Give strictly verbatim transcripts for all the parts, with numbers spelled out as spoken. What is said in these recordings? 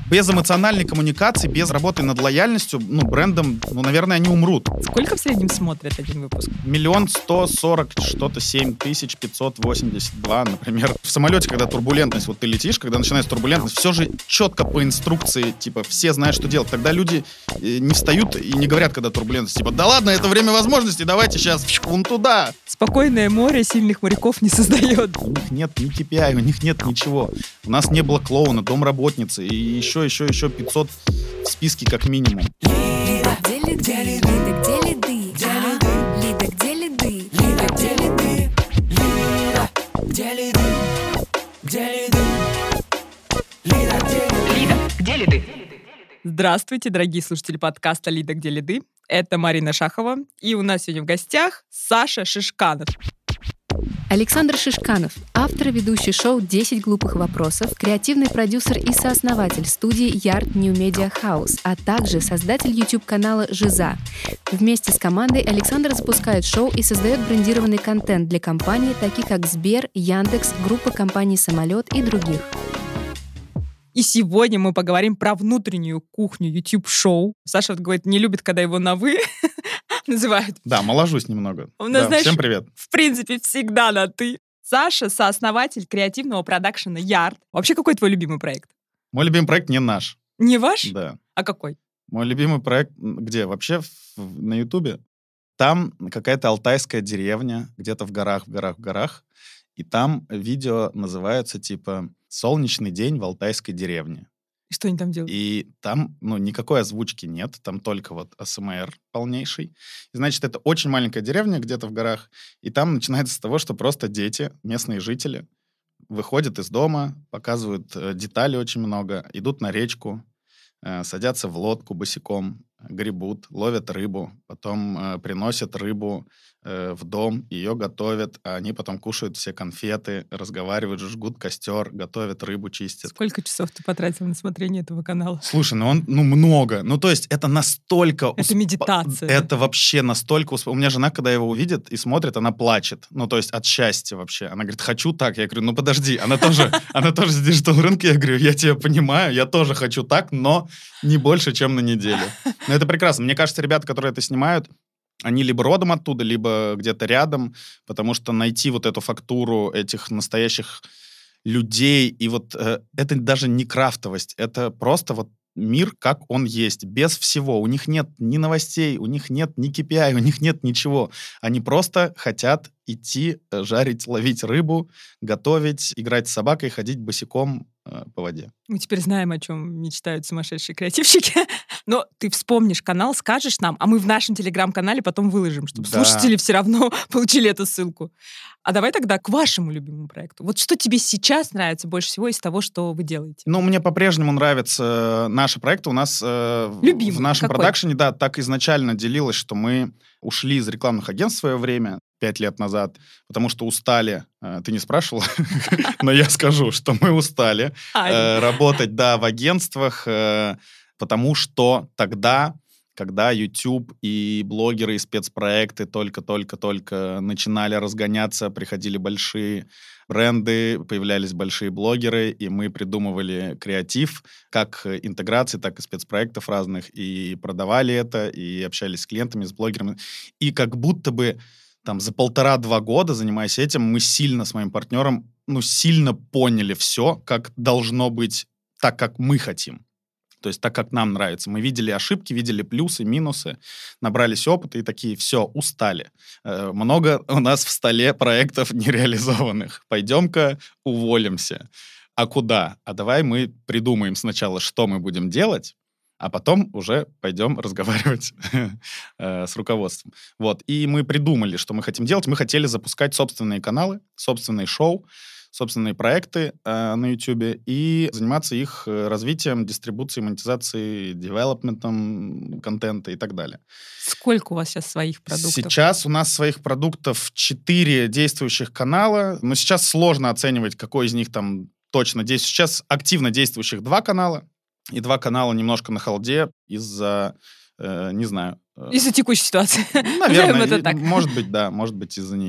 Без эмоциональной коммуникации, без работы над лояльностью, ну, брендом, ну, наверное, они умрут. Сколько в среднем смотрят один выпуск? Миллион сто сорок, что-то семь тысяч пятьсот восемьдесят два, например. В самолете, когда турбулентность, вот ты летишь, когда начинается турбулентность, все же четко по инструкции, типа, все знают, что делать. Тогда люди не встают и не говорят, когда турбулентность, типа, да ладно, это время возможностей, давайте сейчас вон туда. Спокойное море сильных моряков не создает. У них нет ни кей пи ай, у них нет ничего. У нас не было клоуна, домработницы и еще, еще, еще пятьсот в списке как минимум. Лида, где лиды? Лида, где лиды? А, Лида, где лиды? Лида, где лиды? Лида, где лиды? Где лиды? Лида, где лиды? Лида, где лиды? Здравствуйте, дорогие слушатели подкаста «Лида, где лиды». Это Марина Шахова. И у нас сегодня в гостях Саша Шишканов. Александр Шишканов, автор и ведущий шоу «десять глупых вопросов», креативный продюсер и сооснователь студии Yard New Media House, а также создатель YouTube-канала «Жиза». Вместе с командой Александр запускает шоу и создает брендированный контент для компаний, таких как Сбер, Яндекс, группа компаний «Самолет» и других. И сегодня мы поговорим про внутреннюю кухню YouTube-шоу. Саша вот говорит, не любит, когда его на «вы» называют. Да, моложусь немного. У нас, да, знаешь, всем привет. В принципе, всегда на «ты». Саша — сооснователь креативного продакшена Yard. Вообще, какой твой любимый проект? Мой любимый проект не наш. Не ваш? Да. А какой? Мой любимый проект, где? Вообще в, на Ютубе. Там какая-то алтайская деревня, где-то в горах, в горах, в горах. И там видео называется типа «Солнечный день в алтайской деревне». И что они там делают? И там, ну, никакой озвучки нет, там только вот эй эс эм ар полнейший. И, значит, это очень маленькая деревня где-то в горах, и там начинается с того, что просто дети, местные жители, выходят из дома, показывают э, детали очень много, идут на речку, э, садятся в лодку босиком, гребут, ловят рыбу, потом э, приносят рыбу э, в дом, ее готовят, а они потом кушают все конфеты, разговаривают, жгут костер, готовят рыбу, чистят. Сколько часов ты потратил на смотрение этого канала? Слушай, ну он, ну много. Ну то есть это настолько... Это усп... медитация. Это вообще настолько... Усп... У меня жена, когда его увидит и смотрит, она плачет. Ну то есть от счастья вообще. Она говорит, хочу так. Я говорю, ну подожди, она тоже, она тоже с диджитал-рынка. Я говорю, я тебя понимаю, я тоже хочу так, но не больше, чем на неделю. Но это прекрасно. Мне кажется, ребята, которые это снимают, они либо родом оттуда, либо где-то рядом, потому что найти вот эту фактуру этих настоящих людей, и вот э, это даже не крафтовость, это просто вот мир, как он есть, без всего. У них нет ни новостей, у них нет ни кей пи ай, у них нет ничего. Они просто хотят идти, жарить, ловить рыбу, готовить, играть с собакой, ходить босиком э, по воде. Мы теперь знаем, о чем мечтают сумасшедшие креативщики. Но ты вспомнишь канал, скажешь нам, а мы в нашем телеграм-канале потом выложим, чтобы Да. слушатели все равно получили эту ссылку. А давай тогда к вашему любимому проекту. Вот что тебе сейчас нравится больше всего из того, что вы делаете? Ну, мне по-прежнему нравятся наши проекты. У нас э, Любимый в нашем какой? продакшене, да, так изначально делилось, что мы ушли из рекламных агентств в свое время, пять лет назад, потому что устали. Э, ты не спрашивала, но я скажу, что мы устали э, работать, да, в агентствах, э, потому что тогда, когда YouTube и блогеры, и спецпроекты только-только-только начинали разгоняться, приходили большие бренды, появлялись большие блогеры, и мы придумывали креатив, как интеграции, так и спецпроектов разных, и продавали это, и общались с клиентами, с блогерами. И как будто бы там за полтора-два года, занимаясь этим, мы сильно с моим партнером, ну, сильно поняли все, как должно быть, так, как мы хотим. То есть так, как нам нравится. Мы видели ошибки, видели плюсы, минусы, набрались опыта и такие, все, устали. Э, много у нас в столе проектов нереализованных. Пойдем-ка уволимся. А куда? А давай мы придумаем сначала, что мы будем делать, а потом уже пойдем разговаривать э, с руководством. Вот. И мы придумали, что мы хотим делать. Мы хотели запускать собственные каналы, собственные шоу, собственные проекты э, на YouTube и заниматься их э, развитием, дистрибуцией, монетизацией, девелопментом контента и так далее. Сколько у вас сейчас своих продуктов? Сейчас у нас своих продуктов четыре действующих канала, но сейчас сложно оценивать, какой из них там точно действует. Сейчас активно действующих два канала, и два канала немножко на холде из-за, э, не знаю... Из-за текущей ситуации. Наверное, это так. может быть, да, может быть, из-за нее в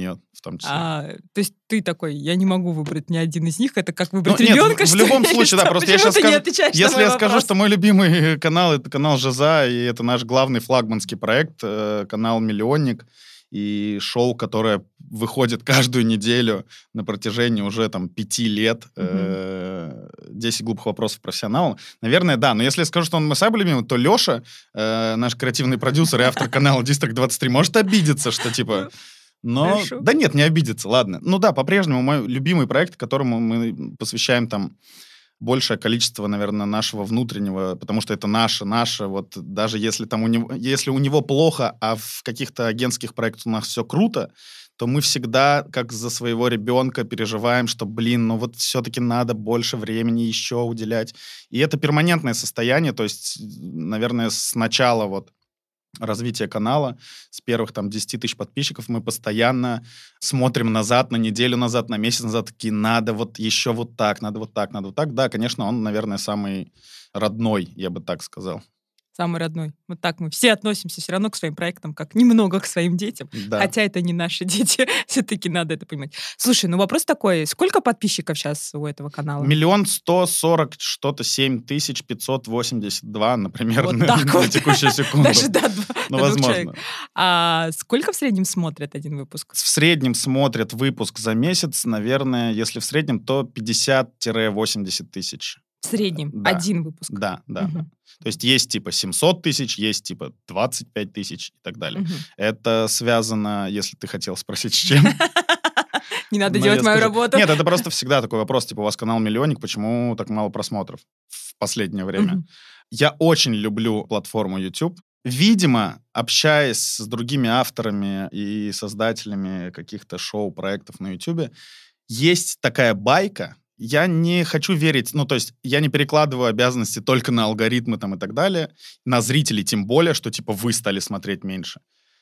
том числе. А, то есть ты такой, я не могу выбрать ни один из них, это как выбрать ну, ребенка, нет, что в любом ли, случае, да, просто я сейчас скажу, если я вопрос? скажу, что мой любимый канал, это канал Жиза, и это наш главный флагманский проект, канал «Миллионник», и шоу, которое выходит каждую неделю на протяжении уже там пяти лет, mm-hmm. десять глупых вопросов профессионалам. Наверное, да. Но если я скажу, что он мой самый любимый, то Леша, э, наш креативный продюсер и автор канала District двадцать три, может обидеться, что типа... Но... Хорошо. Да нет, не обидеться, ладно. Ну да, по-прежнему мой любимый проект, которому мы посвящаем там большее количество, наверное, нашего внутреннего, потому что это наше, наше, вот даже если там у него, если у него плохо, а в каких-то агентских проектах у нас все круто, то мы всегда, как за своего ребенка, переживаем, что, блин, ну вот все-таки надо больше времени еще уделять. И это перманентное состояние, то есть, наверное, с начала вот развития канала, с первых там десяти тысяч подписчиков мы постоянно смотрим назад, на неделю назад, на месяц назад, такие, надо вот еще вот так, надо вот так, надо вот так. Да, конечно, он, наверное, самый родной, я бы так сказал. Самый родной. Вот так мы все относимся все равно к своим проектам, как немного к своим детям. Да. Хотя это не наши дети. Все-таки надо это понимать. Слушай, ну вопрос такой. Сколько подписчиков сейчас у этого канала? Миллион сто сорок что-то семь тысяч пятьсот восемьдесят два, например, вот на, так на вот. текущую секунду. Даже до, ну, до возможно. А сколько в среднем смотрят один выпуск? В среднем смотрят выпуск за месяц, наверное, если в среднем, то пятьдесят-восемьдесят тысяч. В среднем? Да. Один выпуск? Да, да. Угу. да. То есть есть типа семьсот тысяч, есть типа двадцать пять тысяч и так далее. Угу. Это связано, если ты хотел спросить, с чем? Не надо делать мою работу. Нет, это просто всегда такой вопрос, типа, у вас канал «Миллионник», почему так мало просмотров в последнее время? Я очень люблю платформу YouTube. Видимо, общаясь с другими авторами и создателями каких-то шоу-проектов на YouTube, есть такая байка. Я не хочу верить, ну, то есть я не перекладываю обязанности только на алгоритмы там и так далее, на зрителей тем более, что, типа, вы стали смотреть меньше.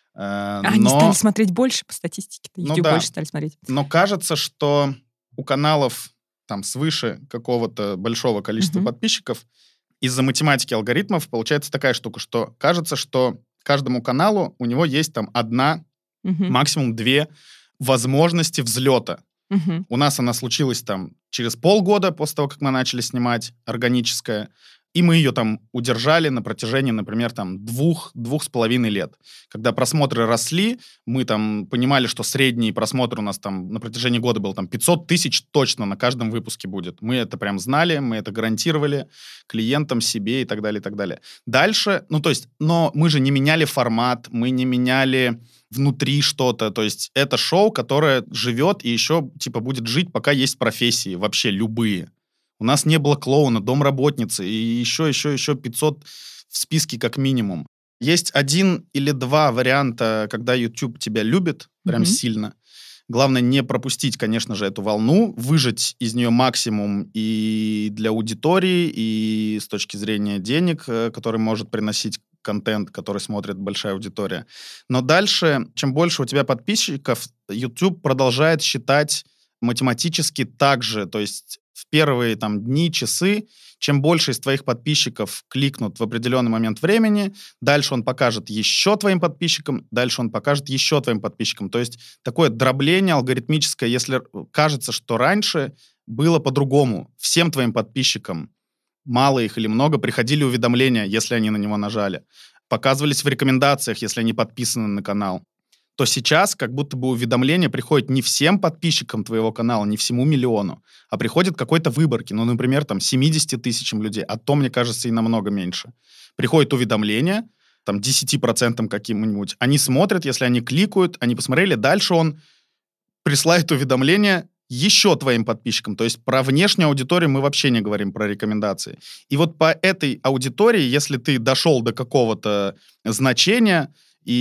А но... они стали смотреть больше по статистике? YouTube ну, да. больше стали смотреть. Но кажется, что у каналов там свыше какого-то большого количества uh-huh. подписчиков из-за математики алгоритмов получается такая штука, что кажется, что каждому каналу у него есть там одна, uh-huh. максимум две возможности взлета. Uh-huh. У нас она случилась там через полгода после того, как мы начали снимать, органическая, и мы ее там удержали на протяжении, например, там двух, двух с половиной лет. Когда просмотры росли, мы там понимали, что средний просмотр у нас там на протяжении года был там пятьсот тысяч точно на каждом выпуске будет. Мы это прям знали, мы это гарантировали клиентам, себе и так далее, и так далее. Дальше, ну то есть, но мы же не меняли формат, мы не меняли внутри что-то, то есть это шоу, которое живет и еще типа будет жить, пока есть профессии, вообще любые. У нас не было клоуна, домработницы и еще, еще, еще пятьсот в списке как минимум. Есть один или два варианта, когда YouTube тебя любит прям mm-hmm. сильно. Главное не пропустить, конечно же, эту волну, выжать из нее максимум и для аудитории, и с точки зрения денег, который может приносить контент, который смотрит большая аудитория. Но дальше, чем больше у тебя подписчиков, YouTube продолжает считать математически так же, то есть в первые там дни, часы, чем больше из твоих подписчиков кликнут в определенный момент времени, дальше он покажет еще твоим подписчикам, дальше он покажет еще твоим подписчикам. То есть такое дробление алгоритмическое, если кажется, что раньше было по-другому. Всем твоим подписчикам, мало их или много, приходили уведомления, если они на него нажали. Показывались в рекомендациях, если они подписаны на канал. То сейчас как будто бы уведомление приходит не всем подписчикам твоего канала, не всему миллиону, а приходит какой-то выборке, ну, например, там, семьдесят тысячам людей, а то, мне кажется, и намного меньше. Приходит уведомление, там, десять процентов каким-нибудь, они смотрят, если они кликают, они посмотрели, дальше он присылает уведомление еще твоим подписчикам, то есть про внешнюю аудиторию мы вообще не говорим, про рекомендации. И вот по этой аудитории, если ты дошел до какого-то значения,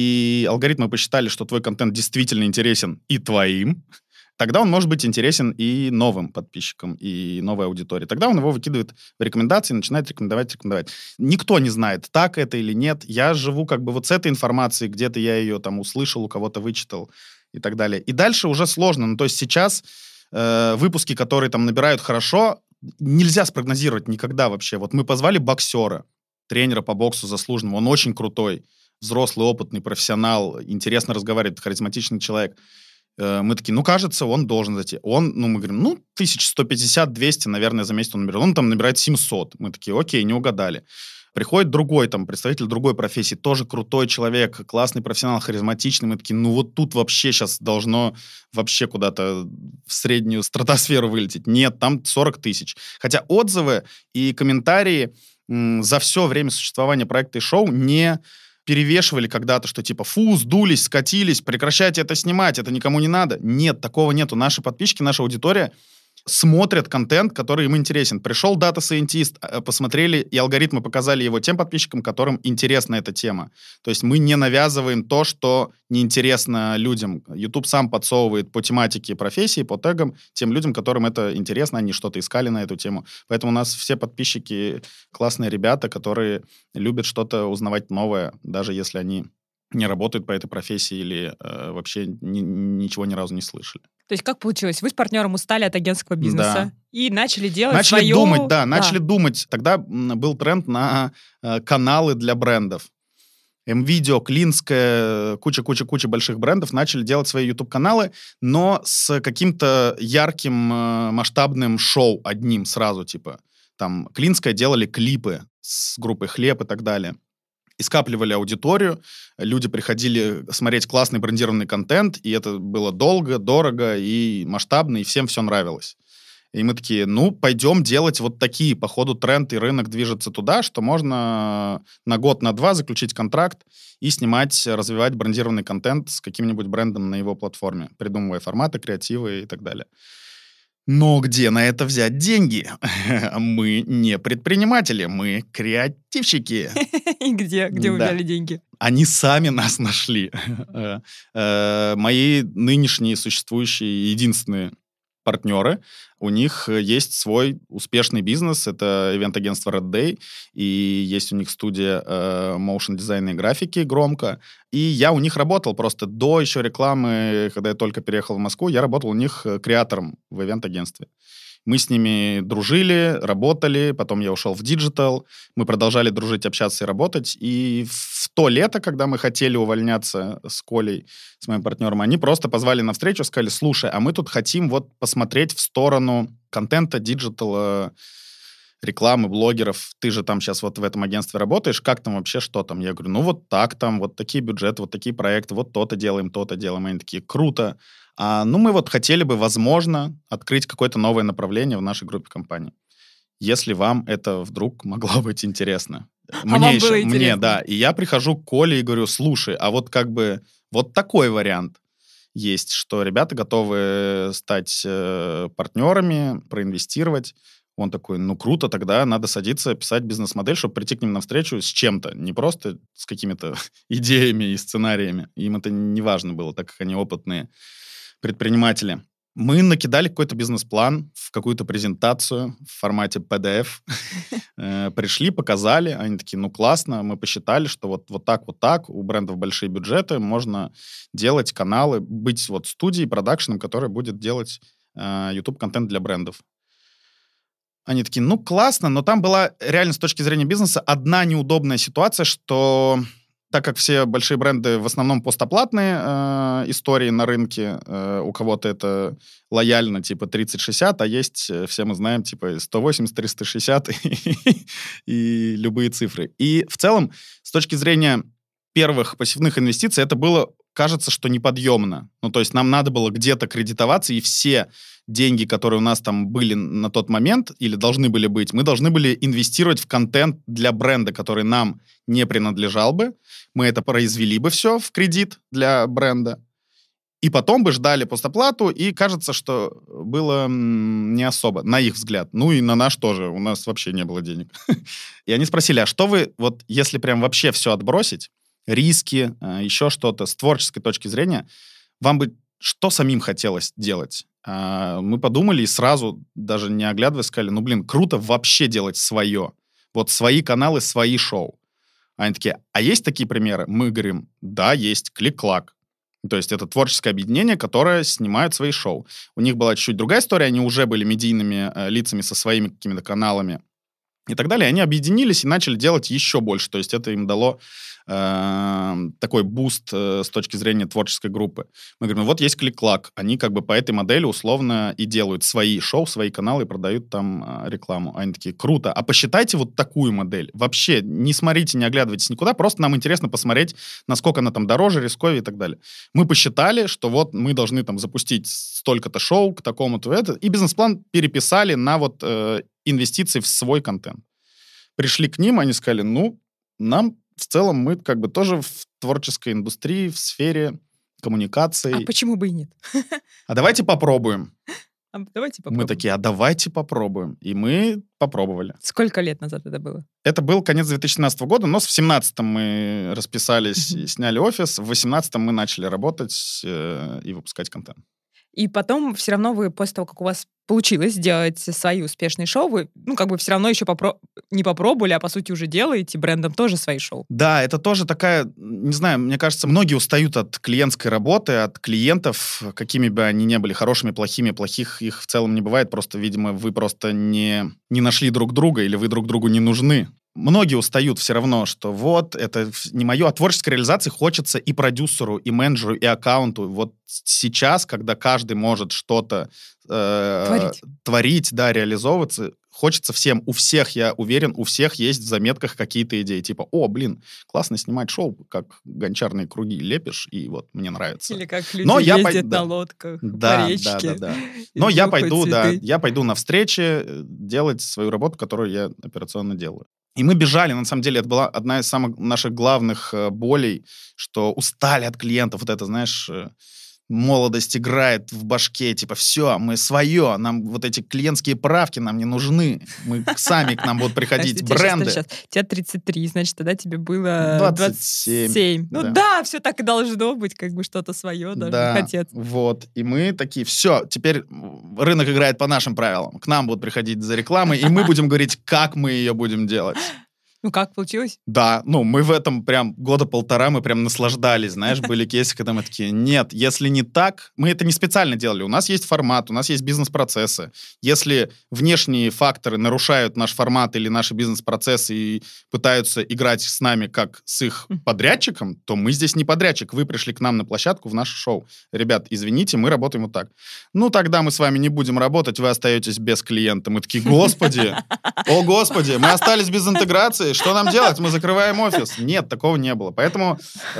и алгоритмы посчитали, что твой контент действительно интересен и твоим, тогда он может быть интересен и новым подписчикам, и новой аудитории. Тогда он его выкидывает в рекомендации и начинает рекомендовать, рекомендовать. Никто не знает, так это или нет. Я живу как бы вот с этой информацией, где-то я ее там услышал, у кого-то вычитал и так далее. И дальше уже сложно. Ну, то есть сейчас э, выпуски, которые там набирают хорошо, нельзя спрогнозировать никогда вообще. Вот мы позвали боксера, тренера по боксу заслуженного, он очень крутой, взрослый, опытный, профессионал, интересно разговаривает, харизматичный человек. Мы такие, ну, кажется, он должен зайти. Он, ну, мы говорим, ну, тысяча сто пятьдесят - двести, наверное, за месяц он наберет. Он там набирает семьсот. Мы такие, окей, не угадали. Приходит другой, там, представитель другой профессии, тоже крутой человек, классный профессионал, харизматичный. Мы такие, ну, вот тут вообще сейчас должно вообще куда-то в среднюю стратосферу вылететь. Нет, там сорок тысяч. Хотя отзывы и комментарии м, за все время существования проекта и шоу не перевешивали когда-то, что типа, фу, сдулись, скатились, прекращайте это снимать, это никому не надо. Нет, такого нету. Наши подписчики, наша аудитория смотрят контент, который им интересен. Пришел дата-сайентист, посмотрели, и алгоритмы показали его тем подписчикам, которым интересна эта тема. То есть мы не навязываем то, что неинтересно людям. YouTube сам подсовывает по тематике профессии, по тегам, тем людям, которым это интересно, они что-то искали на эту тему. Поэтому у нас все подписчики классные ребята, которые любят что-то узнавать новое, даже если они не работают по этой профессии или э, вообще ни, ничего ни разу не слышали. То есть как получилось? Вы с партнером устали от агентского бизнеса Да. и начали делать начали свое... думать, да, да, начали думать. Тогда был тренд на э, каналы для брендов. М-видео, Клинская, куча-куча-куча больших брендов начали делать свои YouTube-каналы, но с каким-то ярким э, масштабным шоу одним сразу, типа. Там Клинская делали клипы с группой «Хлеб» и так далее. И скапливали аудиторию, люди приходили смотреть классный брендированный контент, и это было долго, дорого и масштабно, и всем все нравилось. И мы такие, ну, пойдем делать вот такие. Походу, тренд и рынок движется туда, что можно на год, на два заключить контракт и снимать, развивать брендированный контент с каким-нибудь брендом на его платформе, придумывая форматы, креативы и так далее. Но где на это взять деньги? Мы не предприниматели, мы креативщики. И где? Где вы Да. взяли деньги? Они сами нас нашли. Мои нынешние существующие единственные партнеры, у них есть свой успешный бизнес, это ивент-агентство Red Day, и есть у них студия э, motion дизайна и графики «Громко», и я у них работал просто до еще рекламы, когда я только переехал в Москву, я работал у них креатором в ивент-агентстве. Мы с ними дружили, работали, потом я ушел в диджитал, мы продолжали дружить, общаться и работать, и в то лето, когда мы хотели увольняться с Колей, с моим партнером, они просто позвали на встречу, сказали, слушай, а мы тут хотим вот посмотреть в сторону контента, диджитала, рекламы, блогеров, ты же там сейчас вот в этом агентстве работаешь, как там вообще, что там? Я говорю, ну вот так там, вот такие бюджеты, вот такие проекты, вот то-то делаем, то-то делаем. Они такие, круто. А, ну, мы вот хотели бы, возможно, открыть какое-то новое направление в нашей группе компаний. Если вам это вдруг могло быть интересно. Мне А вам еще, было мне, интересно? да. И я прихожу к Коле и говорю, слушай, а вот как бы вот такой вариант есть, что ребята готовы стать э, партнерами, проинвестировать. Он такой, ну круто, тогда надо садиться, писать бизнес-модель, чтобы прийти к ним навстречу с чем-то, не просто с какими-то идеями и сценариями. Им это не важно было, так как они опытные предприниматели. Мы накидали какой-то бизнес-план в какую-то презентацию в формате пи ди эф. Пришли, показали, они такие, ну классно, мы посчитали, что вот, вот так, вот так, у брендов большие бюджеты, можно делать каналы, быть вот студией, продакшеном, которая будет делать э, YouTube-контент для брендов. Они такие, ну классно, но там была реально с точки зрения бизнеса одна неудобная ситуация, что так как все большие бренды в основном постоплатные э, истории на рынке, э, у кого-то это лояльно, типа тридцать шестьдесят, а есть, все мы знаем, типа сто восемьдесят, триста шестьдесят и любые цифры. И в целом, с точки зрения первых пассивных инвестиций, это было, кажется, что неподъемно. Ну, то есть нам надо было где-то кредитоваться, и все деньги, которые у нас там были на тот момент или должны были быть, мы должны были инвестировать в контент для бренда, который нам не принадлежал бы. Мы это произвели бы все в кредит для бренда. И потом бы ждали постоплату, и кажется, что было м, не особо, на их взгляд. Ну и на наш тоже, у нас вообще не было денег. И они спросили, а что вы, вот если прям вообще все отбросить, риски, еще что-то, с творческой точки зрения, вам бы что самим хотелось делать? Мы подумали и сразу, даже не оглядываясь, сказали, ну, блин, круто вообще делать свое. Вот свои каналы, свои шоу. Они такие, а есть такие примеры? Мы говорим, да, есть, Клик-Клак. То есть это творческое объединение, которое снимает свои шоу. У них была чуть-чуть другая история, они уже были медийными э, лицами со своими какими-то каналами и так далее. Они объединились и начали делать еще больше. То есть это им дало э, такой буст э, с точки зрения творческой группы. Мы говорим, ну вот есть Клик-Клак. Они как бы по этой модели условно и делают свои шоу, свои каналы и продают там э, рекламу. Они такие, круто. А посчитайте вот такую модель. Вообще не смотрите, не оглядывайтесь никуда. Просто нам интересно посмотреть, насколько она там дороже, рисковее и так далее. Мы посчитали, что вот мы должны там запустить столько-то шоу к такому-то это. И бизнес-план переписали на вот э, инвестиции в свой контент. Пришли к ним, они сказали, ну, нам в целом мы как бы тоже в творческой индустрии, в сфере коммуникаций. А почему бы и нет? А давайте попробуем. А давайте попробуем. Мы такие, а давайте попробуем. И мы попробовали. Сколько лет назад это было? Это был конец две тысячи семнадцатого года, но в семнадцатом мы расписались и сняли офис. В восемнадцатом мы начали работать э, и выпускать контент. И потом все равно вы, после того, как у вас получилось сделать свои успешные шоу, вы, ну, как бы все равно еще попро- не попробовали, а по сути уже делаете брендом тоже свои шоу. Да, это тоже такая, не знаю, мне кажется, многие устают от клиентской работы, от клиентов, какими бы они ни были, хорошими, плохими, плохих их в целом не бывает, просто, видимо, вы просто не, не нашли друг друга или вы друг другу не нужны. Многие устают все равно, что вот, это не мое, а творческой реализации хочется и продюсеру, и менеджеру, и аккаунту. Вот сейчас, когда каждый может что-то э, творить. творить, да, реализовываться, хочется всем. У всех, я уверен, у всех есть в заметках какие-то идеи. Типа, о, блин, классно снимать шоу, как гончарные круги лепишь, и вот мне нравится. Или как люди Но я ездят пой... на да. лодках да, по речке. Да, да, да. Но я пойду, да, я пойду на встречи делать свою работу, которую я операционно делаю. И мы бежали, на самом деле, это была одна из самых наших главных э, болей, что устали от клиентов, вот это, знаешь, э, молодость играет в башке, типа, все, мы свое, нам вот эти клиентские правки нам не нужны, мы сами к нам будут приходить Подожди, бренды. Сейчас, сейчас. Тебе тридцать три, значит, тогда тебе было двадцать семь. двадцать семь. Ну да. да, все так и должно быть, как бы что-то свое должно да, хотеть. Вот, и мы такие, все, теперь рынок играет по нашим правилам, к нам будут приходить за рекламой, и мы будем говорить, как мы ее будем делать. Ну как, получилось? Да, ну, мы в этом прям года полтора, мы прям наслаждались, знаешь, были кейсы, когда мы такие, нет, если не так, мы это не специально делали, у нас есть формат, у нас есть бизнес-процессы, если внешние факторы нарушают наш формат или наши бизнес-процессы и пытаются играть с нами как с их подрядчиком, то мы здесь не подрядчик, вы пришли к нам на площадку в наше шоу. Ребят, извините, мы работаем вот так. Ну, тогда мы с вами не будем работать, вы остаетесь без клиента. Мы такие, господи, о господи, мы остались без интеграции, что нам делать? Мы закрываем офис. Нет, такого не было. Поэтому,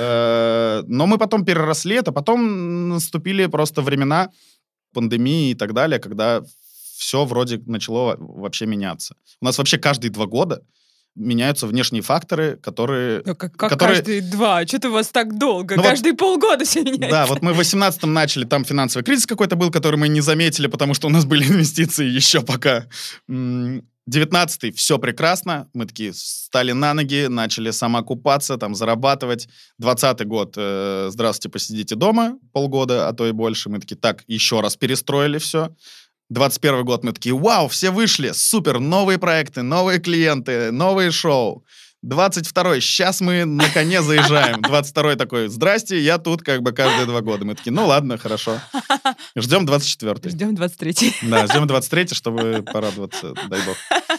э, но мы потом переросли это, потом наступили просто времена пандемии и так далее, когда все вроде начало вообще меняться. У нас вообще каждые два года меняются внешние факторы, которые... Ну, как как которые... каждые два? Что-то у вас так долго? Ну, каждые вот, полгода все меняется. Да, вот мы в восемнадцатом начали, там финансовый кризис какой-то был, который мы не заметили, потому что у нас были инвестиции еще пока... девятнадцатый, все прекрасно, мы такие встали на ноги, начали самоокупаться, там, зарабатывать. двадцатый год, э, здравствуйте, посидите дома полгода, а то и больше. Мы такие, так, еще раз перестроили все. двадцать первый год мы такие, вау, все вышли, супер, новые проекты, новые клиенты, новые шоу. двадцать второй, сейчас мы на коне заезжаем. двадцать второй такой, здрасте, я тут как бы каждые два года. Мы такие, ну ладно, хорошо. Ждем двадцать четвертый. Ждем двадцать третий. Да, ждем двадцать третий, чтобы порадоваться, дай бог.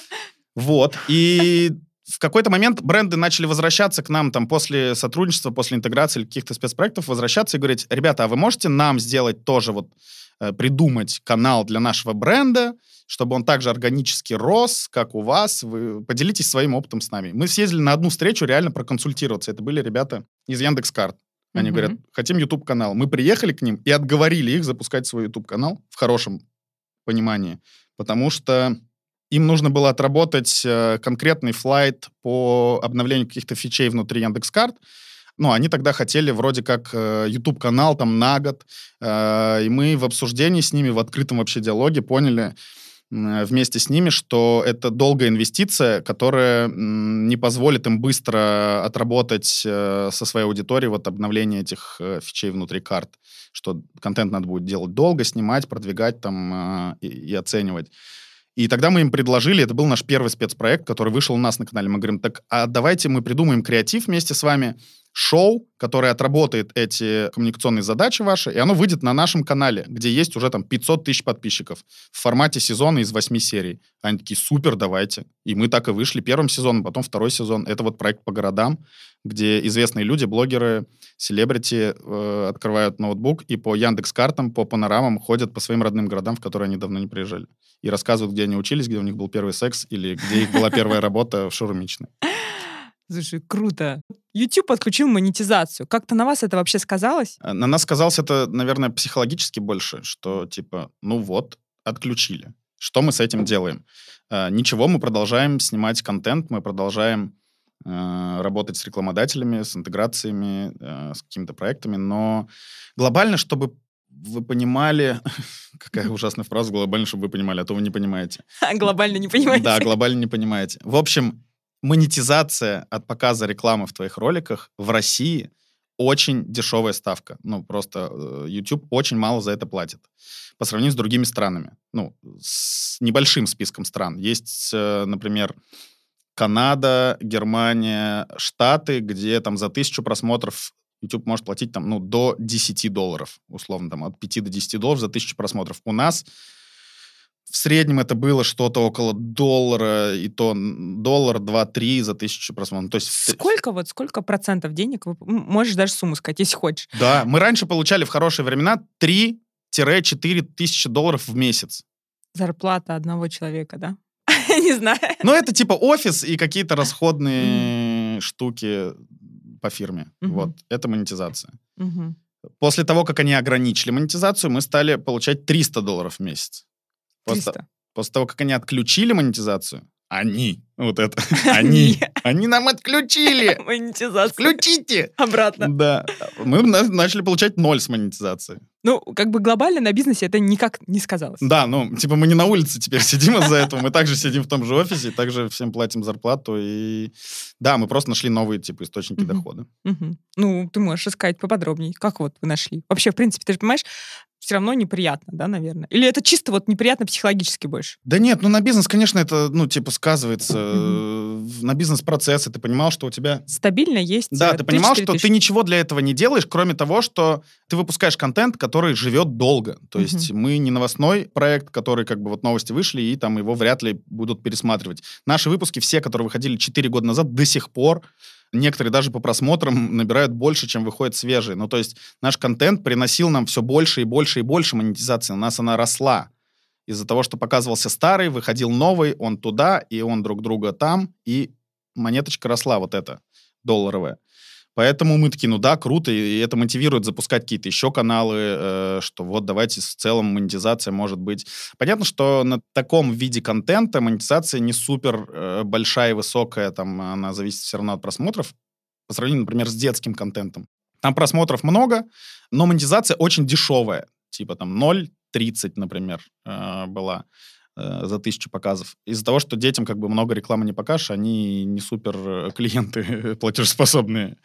Вот, и в какой-то момент бренды начали возвращаться к нам там после сотрудничества, после интеграции или каких-то спецпроектов, возвращаться и говорить, ребята, а вы можете нам сделать тоже вот, э, придумать канал для нашего бренда, чтобы он также органически рос, как у вас, вы поделитесь своим опытом с нами. Мы съездили на одну встречу реально проконсультироваться. Это были ребята из Яндекс.Карт. Они mm-hmm. говорят, хотим YouTube-канал. Мы приехали к ним и отговорили их запускать свой YouTube-канал в хорошем понимании, потому что им нужно было отработать э, конкретный флайт по обновлению каких-то фичей внутри Яндекс.Карт. Ну, они тогда хотели вроде как э, YouTube-канал там на год. Э, и мы в обсуждении с ними, в открытом вообще диалоге поняли э, вместе с ними, что это долгая инвестиция, которая э, не позволит им быстро отработать э, со своей аудиторией вот обновление этих э, фичей внутри карт. Что контент надо будет делать долго, снимать, продвигать там э, и, и оценивать. И тогда мы им предложили, это был наш первый спецпроект, который вышел у нас на канале. Мы говорим, так, а давайте мы придумаем креатив вместе с вами, шоу, которое отработает эти коммуникационные задачи ваши, и оно выйдет на нашем канале, где есть уже там пятьсот тысяч подписчиков в формате сезона из восьми серий. Они такие, супер, давайте. И мы так и вышли первым сезоном, потом второй сезон. Это вот проект по городам, где известные люди, блогеры, селебрити э, открывают ноутбук и по Яндекс.Картам, по панорамам ходят по своим родным городам, в которые они давно не приезжали. И рассказывают, где они учились, где у них был первый секс или где их была первая работа в шаурмичной. Слушай, круто. YouTube отключил монетизацию. Как-то на вас это вообще сказалось? На нас сказалось это, наверное, психологически больше, что типа, ну вот, отключили. Что мы с этим делаем? Э, ничего, мы продолжаем снимать контент, мы продолжаем э, работать с рекламодателями, с интеграциями, э, с какими-то проектами, но глобально, чтобы вы понимали... Какая ужасная фраза, глобально, чтобы вы понимали, а то вы не понимаете. Глобально не понимаете? Да, глобально не понимаете. В общем, монетизация от показа рекламы в твоих роликах в России очень дешевая ставка. Ну, просто э, YouTube очень мало за это платит. По сравнению с другими странами. Ну, с небольшим списком стран. Есть, э, например, Канада, Германия, Штаты, где там за тысячу просмотров YouTube может платить там, ну, до десяти долларов, условно, там, от пяти до десяти долларов за тысячу просмотров. У нас в среднем это было что-то около доллара, и то доллар, два-три за тысячу просмотров. То есть... Сколько вот, сколько процентов денег? Вы можешь даже сумму сказать, если хочешь. Да, мы раньше получали в хорошие времена три-четыре тысячи долларов в месяц. Зарплата одного человека, да? Не знаю. Ну, это типа офис и какие-то расходные штуки по фирме. Вот, это монетизация. После того, как они ограничили монетизацию, мы стали получать триста долларов в месяц. После, после того, как они отключили монетизацию, они, вот это, они, они нам отключили. Монетизацию. Включите. Обратно. Да. Мы начали получать ноль с монетизацией. Ну, как бы глобально на бизнесе это никак не сказалось. Да, ну, типа мы не на улице теперь сидим из-за этого, мы также сидим в том же офисе, также всем платим зарплату, и да, мы просто нашли новые, типа, источники uh-huh. дохода. Uh-huh. Ну, ты можешь рассказать поподробнее, как вот вы нашли? Вообще, в принципе, ты же понимаешь, все равно неприятно, да, наверное? Или это чисто вот неприятно психологически больше? Да нет, ну на бизнес, конечно, это, ну, типа, сказывается. Mm-hmm. На бизнес-процессы. Ты понимал, что у тебя... Стабильно есть. Да, ты понимал, что тысячи. Ты ничего для этого не делаешь, кроме того, что ты выпускаешь контент, который живет долго. То mm-hmm. есть мы не новостной проект, который, как бы, вот новости вышли, и там его вряд ли будут пересматривать. Наши выпуски, все, которые выходили четыре года назад, до сих пор некоторые даже по просмотрам набирают больше, чем выходят свежие. Ну, то есть наш контент приносил нам все больше и больше и больше монетизации. У нас она росла. Из-за того, что показывался старый, выходил новый, он туда, и он друг друга там, и монеточка росла вот эта, долларовая. Поэтому мы такие, ну да, круто, и это мотивирует запускать какие-то еще каналы, э, что вот давайте в целом монетизация может быть. Понятно, что на таком виде контента монетизация не супер э, большая и высокая, там она зависит все равно от просмотров, по сравнению, например, с детским контентом. Там просмотров много, но монетизация очень дешевая, типа там ноль тридцать, например, э, была э, за тысячу показов. Из-за того, что детям как бы много рекламы не покажешь, они не супер клиенты платежеспособные.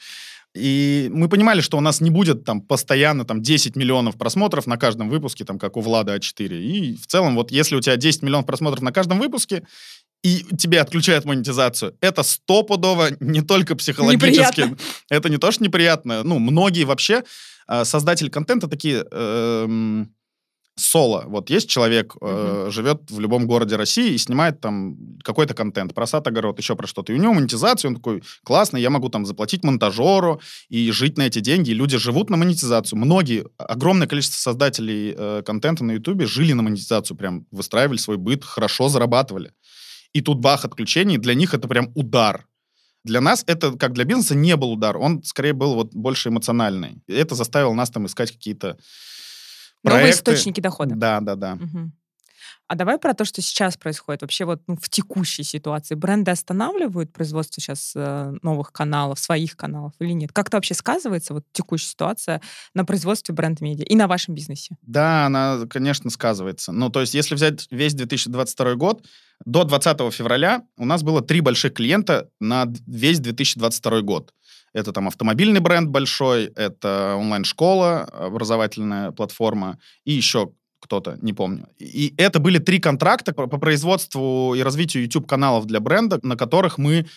И мы понимали, что у нас не будет там постоянно там десять миллионов просмотров на каждом выпуске, там как у Влада а четыре. И в целом вот если у тебя десять миллионов просмотров на каждом выпуске, и тебе отключают монетизацию, это стопудово не только психологически. Неприятно. Это не то, что неприятно. Ну, многие вообще э, создатели контента такие... Э, соло. Вот есть человек, uh-huh. э, живет в любом городе России и снимает там какой-то контент про сад, огород, еще про что-то. И у него монетизация, он такой, классный, я могу там заплатить монтажеру и жить на эти деньги. И люди живут на монетизацию. Многие, огромное количество создателей э, контента на Ютубе жили на монетизацию, прям выстраивали свой быт, хорошо зарабатывали. И тут бах, отключение, для них это прям удар. Для нас это, как для бизнеса, не был удар. Он, скорее, был вот больше эмоциональный. И это заставило нас там искать какие-то новые проекты. Источники дохода. Да, да, да. Угу. А давай про то, что сейчас происходит. Вообще вот ну, в текущей ситуации. Бренды останавливают производство сейчас э, новых каналов, своих каналов или нет? Как это вообще сказывается, вот текущая ситуация, на производстве бренд-медиа и на вашем бизнесе? Да, она, конечно, сказывается. Ну, то есть, если взять весь две тысячи двадцать второй год, до двадцатого февраля у нас было три больших клиента на весь две тысячи двадцать второй год. Это там автомобильный бренд большой, это онлайн-школа, образовательная платформа и еще кто-то, не помню. И это были три контракта по производству и развитию YouTube-каналов для бренда, на которых мы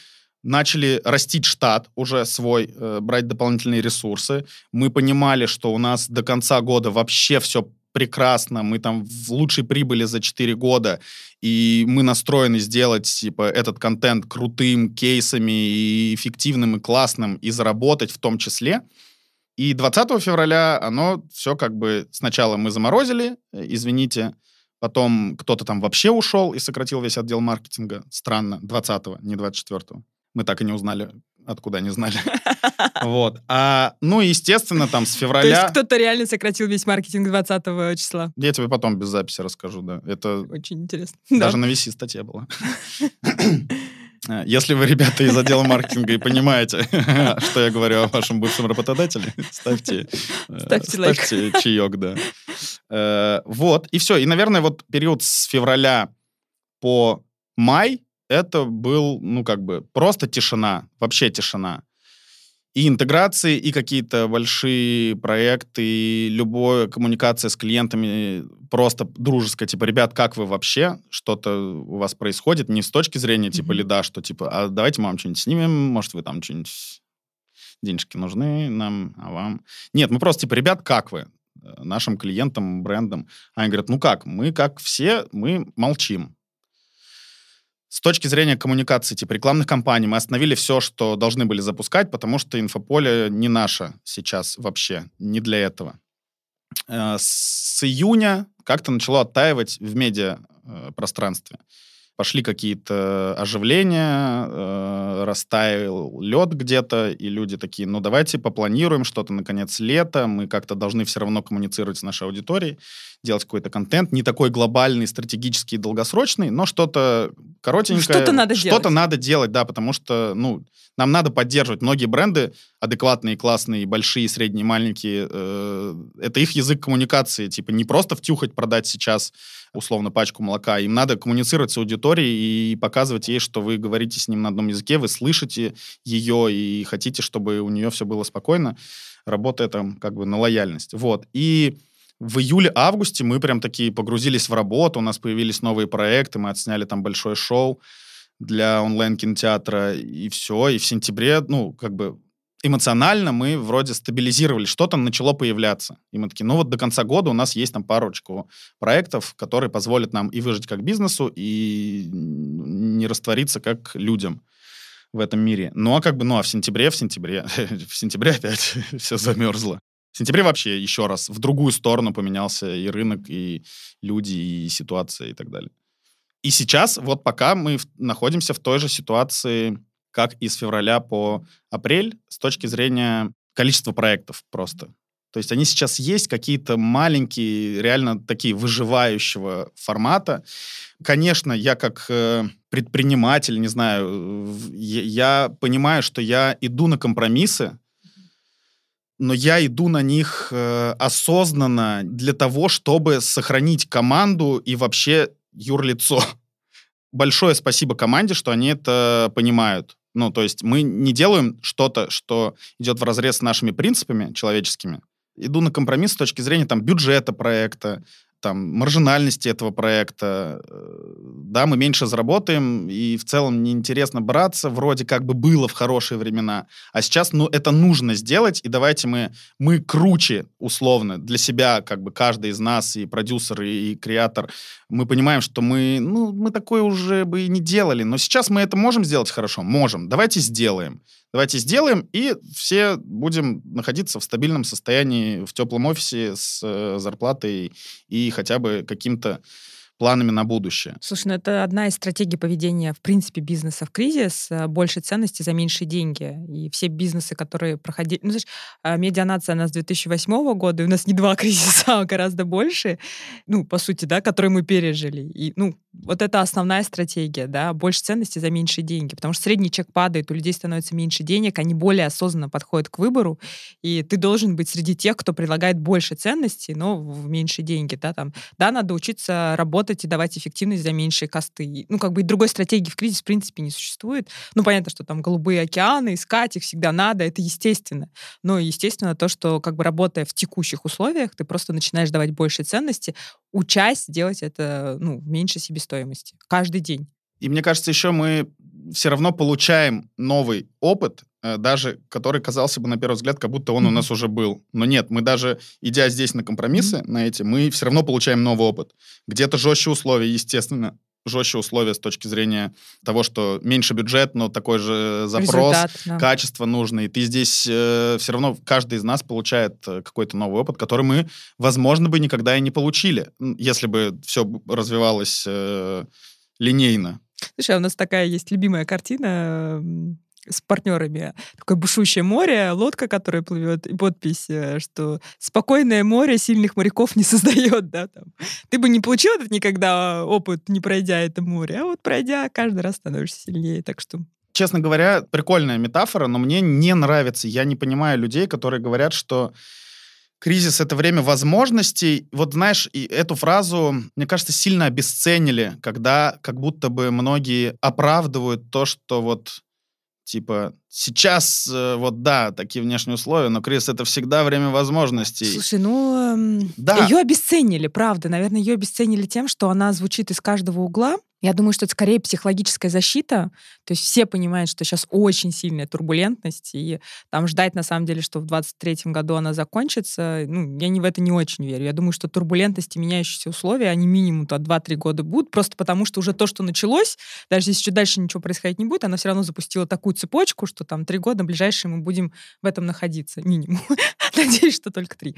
начали растить штат уже свой, э, брать дополнительные ресурсы. Мы понимали, что у нас до конца года вообще все прекрасно, мы там в лучшей прибыли за четыре года, и мы настроены сделать, типа, этот контент крутым, кейсами, и эффективным, и классным, и заработать в том числе. И двадцатого февраля оно все как бы... Сначала мы заморозили, извините, потом кто-то там вообще ушел и сократил весь отдел маркетинга. Странно, двадцатого, не двадцать четвёртого. Мы так и не узнали, откуда не знали. Вот. А, ну, естественно, там с февраля... То есть кто-то реально сократил весь маркетинг двадцатого числа? Я тебе потом без записи расскажу, да. Это очень интересно. Даже на ви си статья была. Если вы, ребята, из отдела маркетинга и понимаете, что я говорю о вашем бывшем работодателе, ставьте, ставьте, лайк. ставьте чаек, да. Вот, и все. И, наверное, вот период с февраля по май это был, ну, как бы, просто тишина, вообще тишина. И интеграции, и какие-то большие проекты, и любая коммуникация с клиентами просто дружеская, типа, ребят, как вы вообще? Что-то у вас происходит? Не с точки зрения, типа, mm-hmm. лида, что, типа, а давайте мы вам что-нибудь снимем, может, вы там что-нибудь... Денежки нужны нам, а вам... Нет, мы просто, типа, ребят, как вы? Нашим клиентам, брендам. А они говорят, ну как? Мы, как все, мы молчим. С точки зрения коммуникации, типа рекламных кампаний, мы остановили все, что должны были запускать, потому что инфополе не наше сейчас вообще, не для этого. С июня как-то начало оттаивать в медиапространстве. Пошли какие-то оживления, э, растаял лед где-то, и люди такие, ну давайте попланируем что-то на конец лета, мы как-то должны все равно коммуницировать с нашей аудиторией, делать какой-то контент, не такой глобальный, стратегический, долгосрочный, но что-то коротенькое. Что-то надо что-то делать. Что-то надо делать, да, потому что, ну, нам надо поддерживать. Многие бренды адекватные, классные, большие, средние, маленькие, э, это их язык коммуникации, типа не просто втюхать, продать сейчас условно пачку молока, им надо коммуницировать с аудиторией и показывать ей, что вы говорите с ним на одном языке, вы слышите ее и хотите, чтобы у нее все было спокойно, работая там как бы на лояльность. Вот. И в июле-августе мы прям такие погрузились в работу, у нас появились новые проекты, мы отсняли там большое шоу для онлайн-кинотеатра, и все. И в сентябре, ну, как бы эмоционально мы вроде стабилизировали, что-то начало появляться. И мы такие, ну вот до конца года у нас есть там парочку проектов, которые позволят нам и выжить как бизнесу, и не раствориться как людям в этом мире. Ну, а как бы, ну, а в сентябре, в сентябре, в сентябре опять все замерзло. В сентябре вообще еще раз в другую сторону поменялся и рынок, и люди, и ситуация, и так далее. И сейчас, вот пока мы в, находимся в той же ситуации, как и с февраля по апрель, с точки зрения количества проектов просто. То есть они сейчас есть, какие-то маленькие, реально такие выживающего формата. Конечно, я как э, предприниматель, не знаю, я, я понимаю, что я иду на компромиссы, но я иду на них э, осознанно для того, чтобы сохранить команду и вообще юрлицо. Большое спасибо команде, что они это понимают. Ну, то есть мы не делаем что-то, что идет вразрез с нашими принципами человеческими. Иду на компромисс с точки зрения там, бюджета проекта, там, маржинальности этого проекта. Да, мы меньше заработаем, и в целом неинтересно браться, вроде как бы было в хорошие времена. А сейчас, ну, это нужно сделать, и давайте мы, мы круче, условно, для себя, как бы каждый из нас, и продюсер, и креатор, мы понимаем, что мы, ну, мы такое уже бы и не делали, но сейчас мы это можем сделать хорошо? Можем. Давайте сделаем. Давайте сделаем, и все будем находиться в стабильном состоянии, в теплом офисе с э, зарплатой и хотя бы каким-то планами на будущее. Слушай, ну это одна из стратегий поведения, в принципе, бизнеса в кризис. Больше ценности за меньшие деньги. И все бизнесы, которые проходили... Ну, знаешь, медианация у нас с две тысячи восьмого года, и у нас не два кризиса, а гораздо больше, ну, по сути, да, которые мы пережили. И, ну, вот это основная стратегия, да, больше ценности за меньшие деньги. Потому что средний чек падает, у людей становится меньше денег, они более осознанно подходят к выбору, и ты должен быть среди тех, кто предлагает больше ценностей, но в меньшие деньги, да, там. Да, надо учиться работать и давать эффективность за меньшие косты. Ну, как бы и другой стратегии в кризис, в принципе, не существует. Ну, понятно, что там голубые океаны, искать их всегда надо, это естественно. Но, естественно, то, что, как бы, работая в текущих условиях, ты просто начинаешь давать больше ценности, учась делать это, ну, в меньшей себестоимости. Каждый день. И мне кажется, еще мы все равно получаем новый опыт, даже который казался бы на первый взгляд, как будто он mm-hmm. у нас уже был. Но нет, мы даже, идя здесь на компромиссы, mm-hmm. на эти, мы все равно получаем новый опыт. Где-то жестче условия, естественно, жестче условия с точки зрения того, что меньше бюджет, но такой же запрос, результат, да. качество нужно. И ты здесь э, все равно, каждый из нас получает какой-то новый опыт, который мы, возможно, бы никогда и не получили, если бы все развивалось э, линейно. Слушай, а у нас такая есть любимая картина с партнерами. Такое бушующее море, лодка, которая плывет, и подпись, что «Спокойное море сильных моряков не создает». Да, там. Ты бы не получил этот никогда опыт, не пройдя это море, а вот пройдя, каждый раз становишься сильнее. Так что... Честно говоря, прикольная метафора, но мне не нравится. Я не понимаю людей, которые говорят, что кризис — это время возможностей. Вот знаешь, и эту фразу, мне кажется, сильно обесценили, когда как будто бы многие оправдывают то, что вот типа, сейчас, э, вот да, такие внешние условия, но кризис — это всегда время возможностей. Слушай, ну, э, да. ее обесценили, правда. Наверное, ее обесценили тем, что она звучит из каждого угла. Я думаю, что это скорее психологическая защита. То есть все понимают, что сейчас очень сильная турбулентность, и там ждать, на самом деле, что в двадцать третьем году она закончится, ну, я не в это не очень верю. Я думаю, что турбулентность и меняющиеся условия, они минимум два-три года будут, просто потому что уже то, что началось, даже если еще дальше ничего происходить не будет, она все равно запустила такую цепочку, что там три года ближайшие мы будем в этом находиться, минимум. Надеюсь, что только три.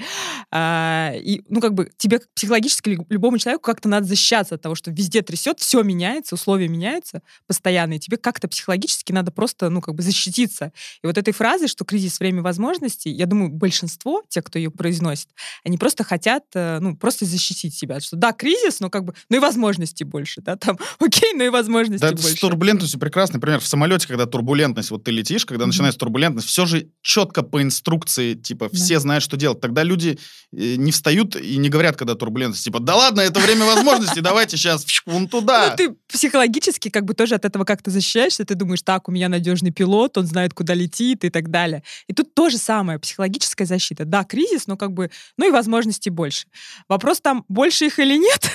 А, и, ну, как бы, тебе психологически, любому человеку как-то надо защищаться от того, что везде трясет, все меняется, условия меняются постоянно, и тебе как-то психологически надо просто, ну, как бы защититься. И вот этой фразы, что кризис — время возможностей, я думаю, большинство, те, кто ее произносит, они просто хотят, ну, просто защитить себя. Что да, кризис, но как бы, ну и возможностей больше, да, там, окей, но и возможностей да, больше. С турбулентностью прекрасно. Например, в самолете, когда турбулентность, вот ты летишь, когда mm-hmm. начинается турбулентность, все же четко по инструкции, типа, да. все знают, что делать. Тогда люди не встают и не говорят, когда турбулентность, типа, да ладно, это время возможностей, давайте сейчас вон туда. Ну, ты психологически как бы тоже от этого как-то защищаешься, ты думаешь, так, у меня надежный пилот, он знает, куда летит и так далее. И тут то же самое, психологическая защита. Да, кризис, но как бы, ну и возможностей больше. Вопрос там, больше их или нет?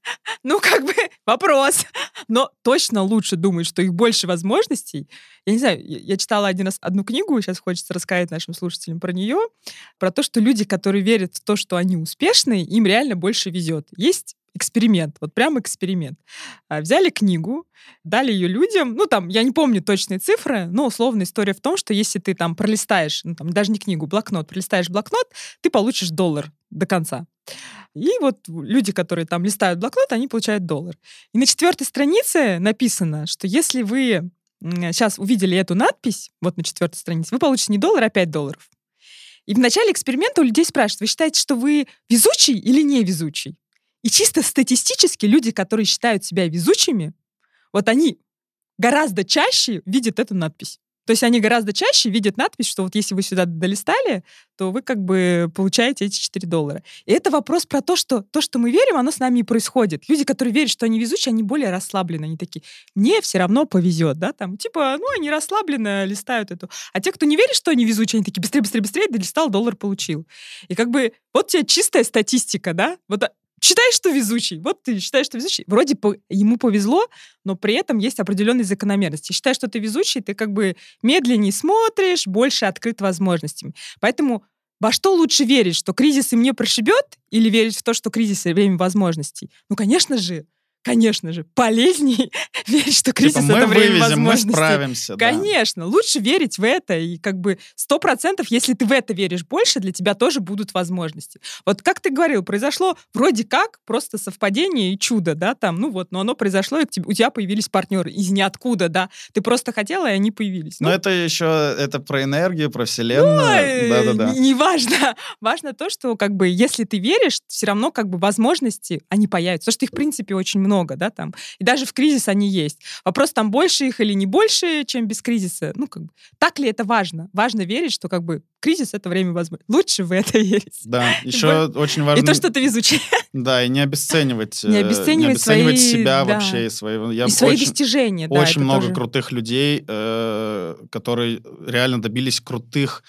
Ну, как бы, вопрос. Но точно лучше думать, что их больше возможностей. Я не знаю, я читала один раз одну книгу, сейчас хочется рассказать нашим слушателям про нее, про то, что люди, которые верят в то, что они успешные, им реально больше везет. Есть эксперимент, вот прям эксперимент. Взяли книгу, дали ее людям, ну, там, я не помню точные цифры, но условно история в том, что если ты там пролистаешь, ну, там, даже не книгу, блокнот, пролистаешь блокнот, ты получишь доллар до конца. И вот люди, которые там листают блокнот, они получают доллар. И на четвертой странице написано, что если вы сейчас увидели эту надпись, вот на четвертой странице, вы получите не доллар, а пять долларов. И в начале эксперимента у людей спрашивают, вы считаете, что вы везучий или невезучий? И чисто статистически люди, которые считают себя везучими, вот они гораздо чаще видят эту надпись. То есть они гораздо чаще видят надпись, что вот если вы сюда долистали, то вы как бы получаете эти четыре доллара. И это вопрос про то, что то, что мы верим, оно с нами и происходит. Люди, которые верят, что они везучие, они более расслаблены. Они такие, мне все равно повезет, да, там, типа, ну, они расслабленно листают эту. А те, кто не верит, что они везучие, они такие, быстрее, быстрее, быстрее, долистал, доллар получил. И как бы вот тебе чистая статистика, да, вот считаешь, что везучий. Вот ты считаешь, что везучий. Вроде по, ему повезло, но при этом есть определенные закономерности. Считаешь, что ты везучий, ты как бы медленнее смотришь, больше открыт возможностями. Поэтому во что лучше верить, что кризис и мне прошибет, или верить в то, что кризис — это время возможностей? Ну, конечно же, Конечно же, полезнее верить, что кризис типа, — это время вывезем, возможностей. Мы справимся. Конечно, да. Лучше верить в это. И как бы сто процентов, если ты в это веришь больше, для тебя тоже будут возможности. Вот как ты говорил, произошло вроде как просто совпадение и чудо, да, там, ну вот, но оно произошло, и у тебя появились партнеры из ниоткуда, да. Ты просто хотела, и они появились. Но ну, это еще, это про энергию, про вселенную. Да-да-да. Не важно. Важно то, что как бы если ты веришь, все равно как бы возможности, они появятся. Потому что их, в принципе, очень много. много, да, там. И даже в кризис они есть. Вопрос, там, больше их или не больше, чем без кризиса. Ну, как бы, так ли это важно? Важно верить, что, как бы, кризис — это время возможно. Лучше в это верить. Да, еще очень важно... И то, что ты везучий. Да, и не обесценивать... Не обесценивать, не обесценивать свои, себя да. вообще. И свои, я и свои очень, достижения. Да, очень много тоже... крутых людей, э, которые реально добились крутых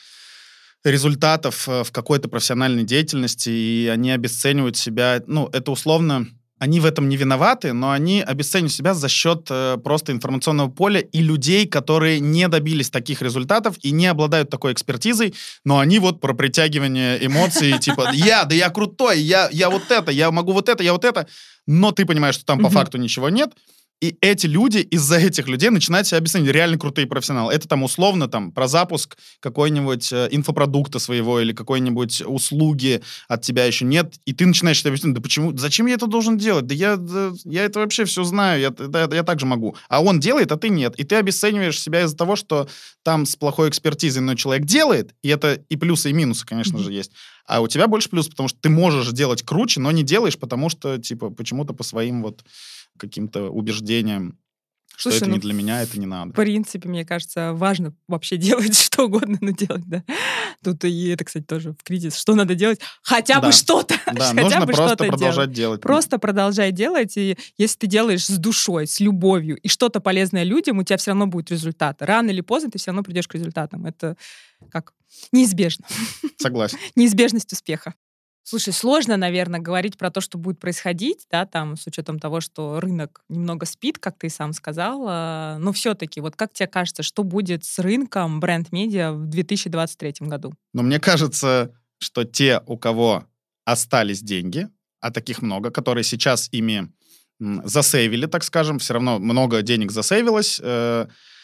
результатов в какой-то профессиональной деятельности, и они обесценивают себя. Ну, это условно... они в этом не виноваты, но они обесценивают себя за счет э, просто информационного поля и людей, которые не добились таких результатов и не обладают такой экспертизой, но они вот про притягивание эмоций, типа, я, да я крутой, я, я вот это, я могу вот это, я вот это, но ты понимаешь, что там по факту ничего нет. И эти люди, из-за этих людей начинают себя объяснять, реально крутые профессионалы. Это там условно там про запуск какой-нибудь э, инфопродукта своего или какой-нибудь услуги от тебя еще нет, и ты начинаешь себя объяснять, да почему, зачем я это должен делать? Да я, да, я это вообще все знаю, я, да, я так же могу. А он делает, а ты нет. И ты обесцениваешь себя из-за того, что там с плохой экспертизой, но человек делает, и это и плюсы, и минусы, конечно mm-hmm. же, есть. А у тебя больше плюс, потому что ты можешь делать круче, но не делаешь, потому что, типа, почему-то по своим вот каким-то убеждением, что Слушай, это ну, не для меня, это не надо. В принципе, мне кажется, важно вообще делать что угодно, но делать, да. Тут и это, кстати, тоже в кризис. Что надо делать? Хотя да. бы что-то. Да, Хотя нужно бы просто что-то продолжать делать. делать. Просто продолжай делать, и если ты делаешь с душой, с любовью, и что-то полезное людям, у тебя все равно будет результат. Рано или поздно ты все равно придешь к результатам. Это как неизбежно. Согласен. Неизбежность успеха. Слушай, сложно, наверное, говорить про то, что будет происходить, да, там, с учетом того, что рынок немного спит, как ты и сам сказал, но все-таки, вот как тебе кажется, что будет с рынком бренд-медиа в две тысячи двадцать третьем году? Ну, мне кажется, что те, у кого остались деньги, а таких много, которые сейчас ими засейвили, так скажем, все равно много денег засейвилось, э,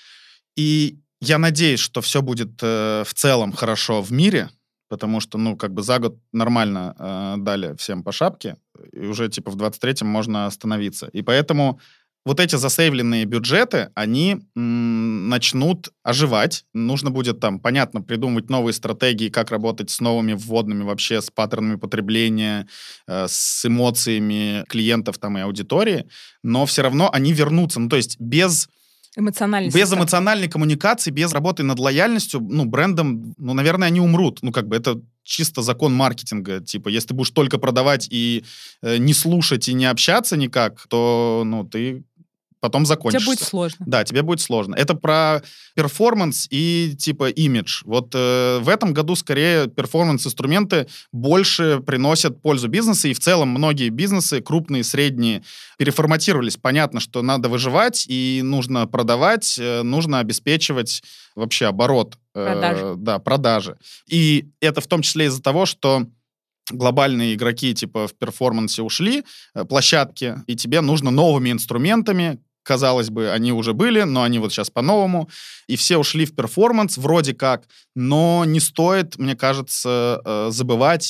и я надеюсь, что все будет э, в целом хорошо в мире, потому что, ну, как бы за год нормально э, дали всем по шапке, и уже, типа, в двадцать третьем можно остановиться. И поэтому вот эти засейвленные бюджеты, они м- начнут оживать. Нужно будет там, понятно, придумывать новые стратегии, как работать с новыми вводными вообще, с паттернами потребления, э, с эмоциями клиентов там и аудитории, но все равно они вернутся. Ну, то есть без... Эмоциональной без системы. Эмоциональной коммуникации, без работы над лояльностью, ну, брендом, ну, наверное, они умрут. Ну, как бы это чисто закон маркетинга. Типа, если ты будешь только продавать и э, не слушать, и не общаться никак, то, ну, ты потом закончишься. Тебе будет сложно. Да, тебе будет сложно. Это про перформанс и, типа, имидж. Вот э, в этом году, скорее, перформанс-инструменты больше приносят пользу бизнесу, и в целом многие бизнесы, крупные, средние, переформатировались. Понятно, что надо выживать, и нужно продавать, э, нужно обеспечивать вообще оборот. Э, продажи. Да, продажи. И это в том числе из-за того, что глобальные игроки, типа, в перформансе ушли, э, площадки, и тебе нужно новыми инструментами. Казалось бы, они уже были, но они вот сейчас по-новому. И все ушли в перформанс, вроде как. Но не стоит, мне кажется, забывать.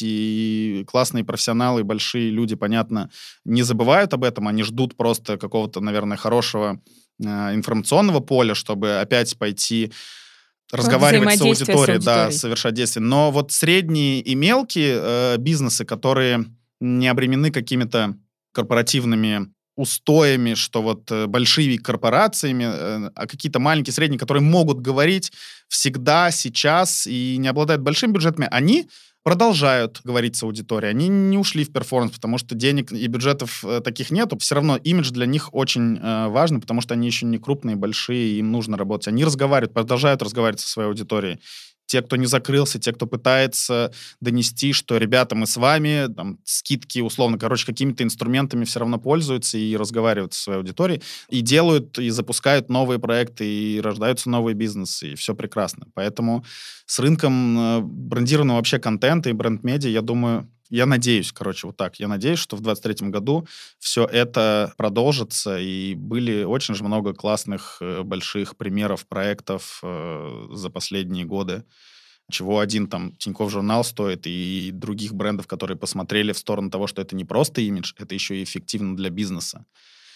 И классные профессионалы, большие люди, понятно, не забывают об этом. Они ждут просто какого-то, наверное, хорошего информационного поля, чтобы опять пойти разговаривать с аудиторией, да, совершать действия. Но вот средние и мелкие э, бизнесы, которые не обременены какими-то корпоративными устоями, что вот э, большими корпорациями, э, а какие-то маленькие, средние, которые могут говорить всегда, сейчас и не обладают большими бюджетами, они продолжают говорить с аудиторией. Они не ушли в перформанс, потому что денег и бюджетов э, таких нету. Все равно имидж для них очень э, важен, потому что они еще не крупные, большие, им нужно работать. Они разговаривают, продолжают разговаривать со своей аудиторией. Те, кто не закрылся, те, кто пытается донести, что, ребята, мы с вами, там, скидки, условно, короче, какими-то инструментами все равно пользуются и разговаривают со своей аудиторией, и делают, и запускают новые проекты, и рождаются новые бизнесы, и все прекрасно. Поэтому с рынком брендированного вообще контента и бренд-медиа, я думаю, я надеюсь, короче, вот так, я надеюсь, что в двадцать третьем году все это продолжится, и были очень же много классных, больших примеров проектов э, за последние годы, чего один там Тинькофф журнал стоит, и других брендов, которые посмотрели в сторону того, что это не просто имидж, это еще и эффективно для бизнеса.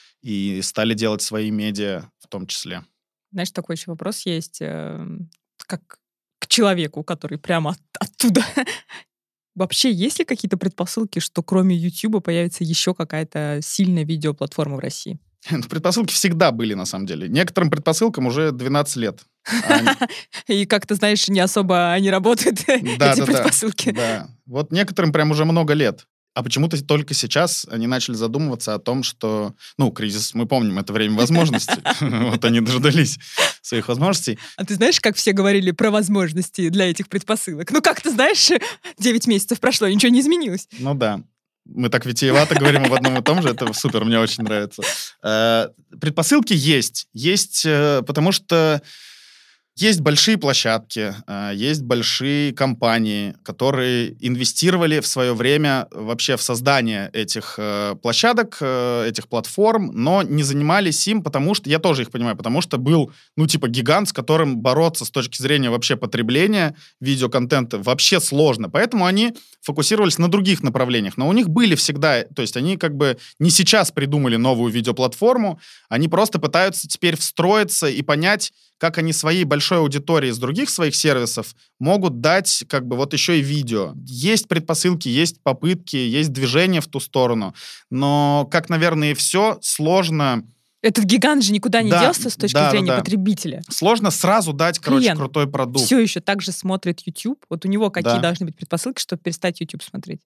И стали делать свои медиа в том числе. Знаешь, такой еще вопрос есть, э, как к человеку, который прямо от, оттуда... Вообще, есть ли какие-то предпосылки, что кроме YouTube появится еще какая-то сильная видеоплатформа в России? Предпосылки всегда были, на самом деле. Некоторым предпосылкам уже двенадцать лет. И как ты знаешь, не особо они работают, эти предпосылки. Да, вот некоторым прям уже много лет. А почему-то только сейчас они начали задумываться о том, что... Ну, кризис, мы помним, это время возможностей. Вот они дождались своих возможностей. А ты знаешь, как все говорили про возможности для этих предпосылок? Ну, как ты знаешь, девять месяцев прошло, ничего не изменилось. Ну да. Мы так витиевато говорим об одном и том же. Это супер, мне очень нравится. Предпосылки есть. Есть, потому что есть большие площадки, есть большие компании, которые инвестировали в свое время вообще в создание этих площадок, этих платформ, но не занимались им, потому что, я тоже их понимаю, потому что был, ну, типа, гигант, с которым бороться с точки зрения вообще потребления видеоконтента вообще сложно. Поэтому они фокусировались на других направлениях. Но у них были всегда, то есть они как бы не сейчас придумали новую видеоплатформу, они просто пытаются теперь встроиться и понять, как они своей большой аудитории из других своих сервисов могут дать как бы вот еще и видео. Есть предпосылки, есть попытки, есть движение в ту сторону, но, как, наверное, и все, сложно... Этот гигант же никуда не да, делся с точки да, зрения да. потребителя. Сложно сразу дать, короче, Клиент крутой продукт. Все еще так же смотрит YouTube. Вот у него какие Да. должны быть предпосылки, чтобы перестать YouTube смотреть?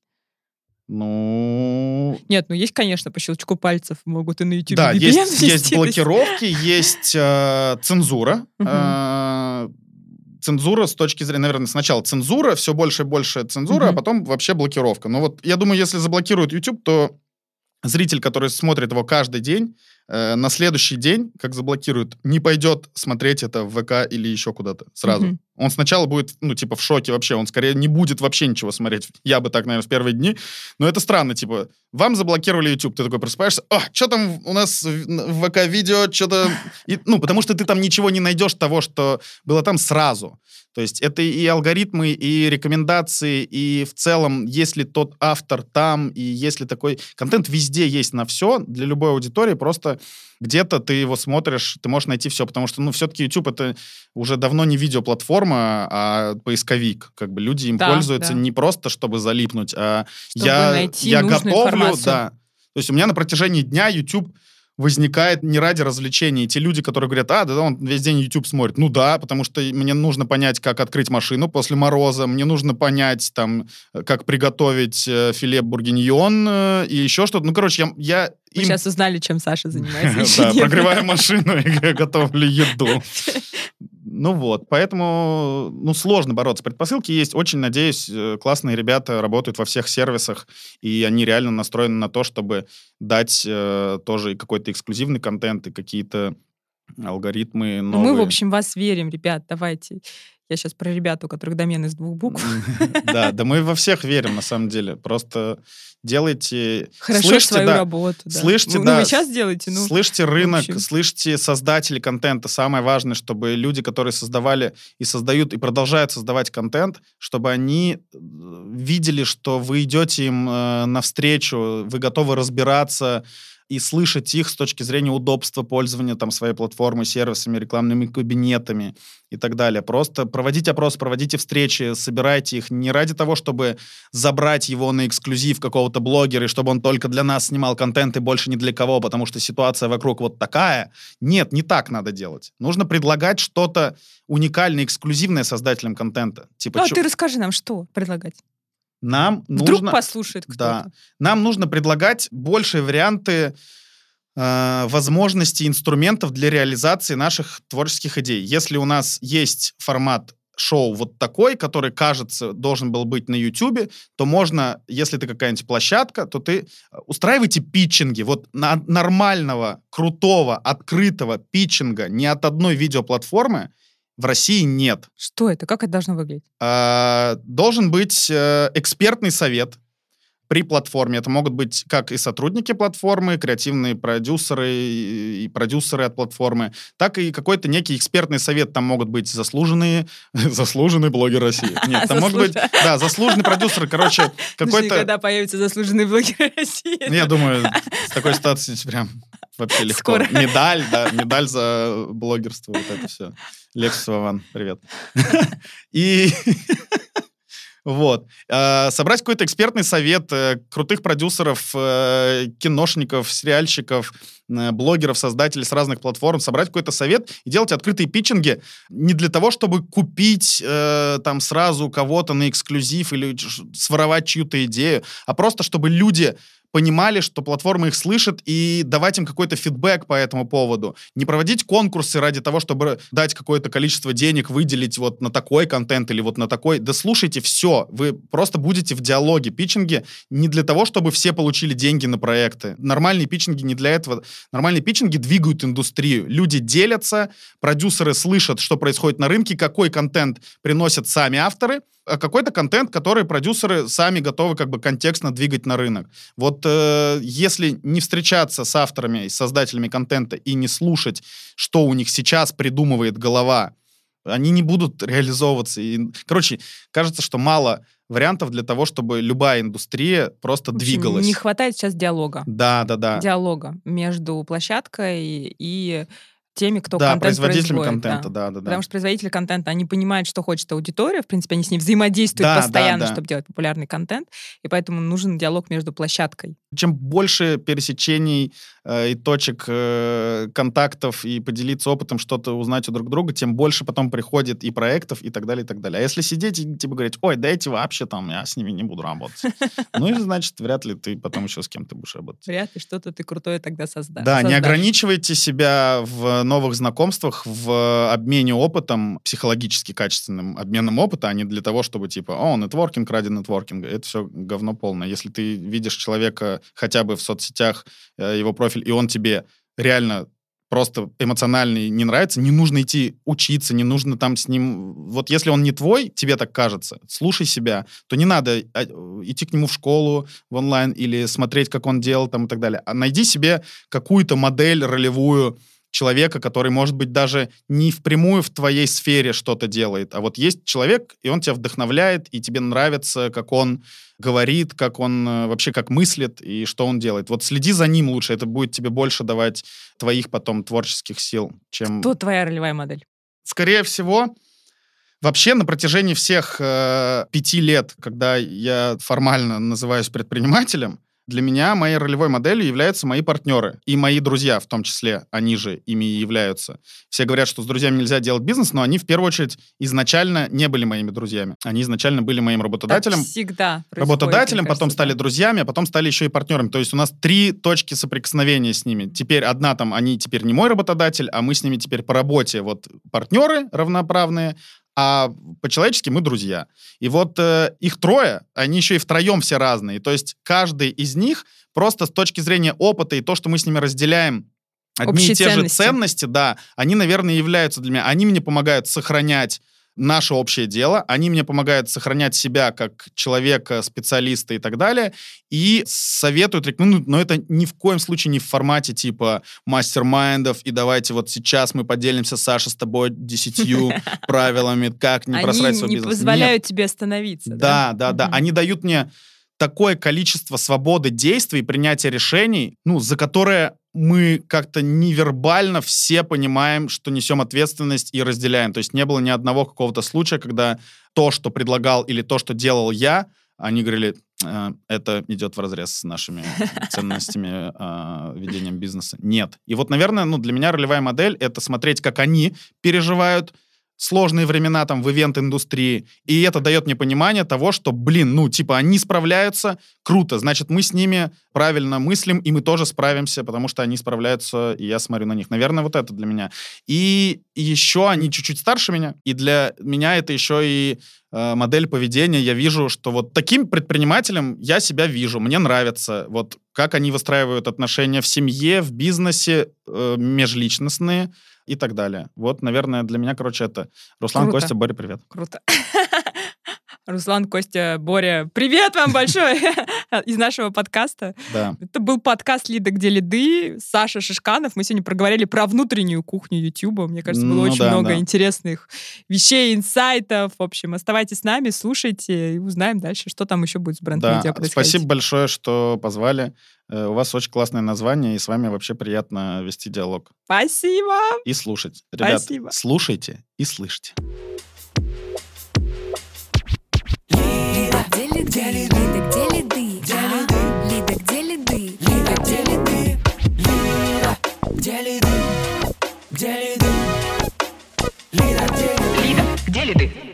Ну... Нет, ну есть, конечно, по щелчку пальцев могут и на YouTube Да, ви пи эн есть, есть ввести. блокировки, есть э, цензура. Мгм. Э, цензура с точки зрения, наверное, сначала цензура, все больше и больше цензура, Мгм. а потом вообще блокировка. Но вот я думаю, если заблокируют YouTube, то зритель, который смотрит его каждый день, э, на следующий день, как заблокируют, не пойдет смотреть это в ВК или еще куда-то сразу. Мгм. Он сначала будет, ну, типа, в шоке вообще. Он скорее не будет вообще ничего смотреть. Я бы так, наверное, в первые дни. Но это странно, типа, вам заблокировали YouTube. Ты такой просыпаешься, а, что там у нас в в ВК-видео, что-то... И, ну, потому что ты там ничего не найдешь того, что было там сразу. То есть это и алгоритмы, и рекомендации, и в целом, если тот автор там, и если такой... Контент везде есть на все, для любой аудитории, просто где-то ты его смотришь, ты можешь найти все, потому что, ну, все-таки YouTube — это уже давно не видеоплатформа, а поисковик. Как бы люди им Да, пользуются да. не просто, чтобы залипнуть, а Чтобы я, найти я нужную готовлю, информацию. да. То есть у меня на протяжении дня YouTube возникает не ради развлечений. И те люди, которые говорят, а, да, он весь день YouTube смотрит. Ну да, потому что мне нужно понять, как открыть машину после мороза, мне нужно понять, там, как приготовить э, филе бургиньон э, и еще что-то. Ну, короче, я... я Вы им- сейчас узнали, чем Саша занимается. Да, ежедневно. прогреваю машину и готовлю еду. Ну вот, поэтому, ну, сложно бороться. Предпосылки есть. Очень надеюсь, э, классные ребята работают во всех сервисах, и они реально настроены на то, чтобы дать э, тоже и какой-то эксклюзивный контент, и какие-то алгоритмы Ну, новые. мы, в общем, вас верим, ребят, давайте. Я сейчас про ребят, у которых домен из двух букв. Да, да мы во всех верим, на самом деле. Просто делайте... Хорошо слышите, свою да, работу. Да. слышите, ну, да, Ну, вы сейчас делаете, ну... слышите рынок, общем. слышите создателей контента. Самое важное, чтобы люди, которые создавали и создают, и продолжают создавать контент, чтобы они э, видели, что вы идете им э, навстречу, вы готовы разбираться и слышать их с точки зрения удобства пользования там, своей платформой, сервисами, рекламными кабинетами и так далее. Просто проводите опрос, проводите встречи, собирайте их не ради того, чтобы забрать его на эксклюзив какого-то блогера, и чтобы он только для нас снимал контент и больше ни для кого, потому что ситуация вокруг вот такая. Нет, не так надо делать. Нужно предлагать что-то уникальное, эксклюзивное создателям контента. Типа, Ну, а чё- ты расскажи нам, что предлагать. нам Вдруг нужно... послушает кто-то. Да. Нам нужно предлагать большие варианты э, возможностей, инструментов для реализации наших творческих идей. Если у нас есть формат шоу вот такой, который, кажется, должен был быть на Ютубе, то можно, если ты какая-нибудь площадка, то ты устраивайте питчинги. Вот на нормального, крутого, открытого питчинга ни от одной видеоплатформы в России нет. Что это? Как это должно выглядеть? А, должен быть э, экспертный совет при платформе. Это могут быть как и сотрудники платформы, креативные продюсеры и, и продюсеры от платформы, так и какой-то некий экспертный совет. Там могут быть заслуженные, заслуженный блогер России. Нет, там могут быть, да, заслуженный продюсер, короче, какой-то... Когда появится заслуженный блогер России. Ну, я думаю, в такой ситуации прям вообще легко. Скоро. Медаль, да, медаль за блогерство, вот это все. Лексус Вован, привет. И вот. Э, собрать какой-то экспертный совет э, крутых продюсеров, э, киношников, сериальщиков, э, блогеров, создателей с разных платформ, собрать какой-то совет и делать открытые питчинги не для того, чтобы купить э, там сразу кого-то на эксклюзив или ч- своровать чью-то идею, а просто чтобы люди понимали, что платформа их слышит, и давать им какой-то фидбэк по этому поводу. Не проводить конкурсы ради того, чтобы дать какое-то количество денег, выделить вот на такой контент или вот на такой. Да слушайте все. Вы просто будете в диалоге. Питчинги не для того, чтобы все получили деньги на проекты. Нормальные питчинги не для этого. Нормальные питчинги двигают индустрию. Люди делятся, продюсеры слышат, что происходит на рынке, какой контент приносят сами авторы, а какой-то контент, который продюсеры сами готовы как бы контекстно двигать на рынок. Вот э, если не встречаться с авторами и создателями контента и не слушать, что у них сейчас придумывает голова, они не будут реализовываться. И, короче, кажется, что мало вариантов для того, чтобы любая индустрия просто В общем, двигалась. не хватает сейчас диалога. Да, да, да. Диалога между площадкой и теми, кто Да, контент производителями производит, контента, да. да, да, да. Потому что производители контента, они понимают, что хочет аудитория, в принципе, они с ней взаимодействуют Да, постоянно, да, да. чтобы делать популярный контент, и поэтому нужен диалог между площадкой. Чем больше пересечений э, и точек э, контактов и поделиться опытом, что-то узнать у друг друга, тем больше потом приходит и проектов, и так далее, и так далее. А если сидеть и типа говорить, ой, да эти вообще там, я с ними не буду работать. Ну и значит, вряд ли ты потом еще с кем-то будешь работать. Вряд ли что-то ты крутое тогда созда- Да, не создашь. ограничивайте себя в новых знакомствах, в обмене опытом, психологически качественным обменом опыта, а не для того, чтобы типа, о, нетворкинг ради нетворкинга. Это все говно полное. Если ты видишь человека хотя бы в соцсетях, э, его профиль, и он тебе реально просто эмоциональный не нравится, не нужно идти учиться, не нужно там с ним... Вот если он не твой, тебе так кажется, слушай себя, то не надо идти к нему в школу в онлайн или смотреть, как он делал там и так далее. А найди себе какую-то модель ролевую человека, который, может быть, даже не впрямую в твоей сфере что-то делает, а вот есть человек, и он тебя вдохновляет, и тебе нравится, как он говорит, как он э, вообще как мыслит и что он делает. Вот следи за ним лучше, это будет тебе больше давать твоих потом творческих сил, чем... Кто твоя ролевая модель? Скорее всего, вообще на протяжении всех э, пяти лет, когда я формально называюсь предпринимателем, для меня моей ролевой моделью являются мои партнеры. И мои друзья в том числе, они же ими и являются. Все говорят, что с друзьями нельзя делать бизнес, но они в первую очередь изначально не были моими друзьями. Они изначально были моим работодателем. Так всегда происходит, Работодателем, мне потом кажется, стали да. друзьями, а потом стали еще и партнерами. То есть у нас три точки соприкосновения с ними. Теперь одна там, они теперь не мой работодатель, а мы с ними теперь по работе вот партнеры равноправные, а по-человечески мы друзья. И вот э, их трое, они еще и втроем все разные. То есть каждый из них просто с точки зрения опыта и то, что мы с ними разделяем одни Общие и те ценности. же ценности, да, они, наверное, являются для меня. Они мне помогают сохранять наше общее дело, они мне помогают сохранять себя как человека, специалиста и так далее, и советуют, рекомендуют, но это ни в коем случае не в формате типа мастер-майндов, и давайте вот сейчас мы поделимся, Саша, с тобой десятью правилами, как не просрать свой Они не бизнес. позволяют тебе остановиться. Да, да, да. Мгм. Они дают мне такое количество свободы действий и принятия решений, ну, за которое мы как-то невербально все понимаем, что несем ответственность и разделяем. То есть не было ни одного какого-то случая, когда то, что предлагал или то, что делал я, они говорили, э, это идет вразрез с нашими ценностями э, ведением бизнеса. Нет. И вот, наверное, ну, для меня ролевая модель — это смотреть, как они переживают сложные времена там в ивент-индустрии, и это дает мне понимание того, что, блин, ну, типа, они справляются, круто, значит, мы с ними правильно мыслим, и мы тоже справимся, потому что они справляются, и я смотрю на них. Наверное, вот это для меня. И еще они чуть-чуть старше меня, и для меня это еще и э, модель поведения. Я вижу, что вот таким предпринимателем я себя вижу, мне нравится, вот как они выстраивают отношения в семье, в бизнесе, э, межличностные, и так далее. Вот, наверное, для меня, короче, это Руслан, Круто. Костя, Боря, привет. Круто. Руслан, Костя, Боря, привет вам большое из нашего подкаста. Да. Это был подкаст «Лида, где лиды». Саша Шишканов. Мы сегодня проговорили про внутреннюю кухню Ютуба. Мне кажется, было Ну очень да, много да. интересных вещей, инсайтов. В общем, оставайтесь с нами, слушайте и узнаем дальше, что там еще будет с бренд-медиа Да, происходить. спасибо большое, что позвали. Э, У вас очень классное название, и с вами вообще приятно вести диалог. Спасибо. И слушать. Ребят, Спасибо. слушайте и слышите. Лида, где лиды? Лида, где лиды? А? Лида, где лиды? Лида, где лиды? Лида, где лиды? Где лиды? Лида, где лиды? Лида, где лиды?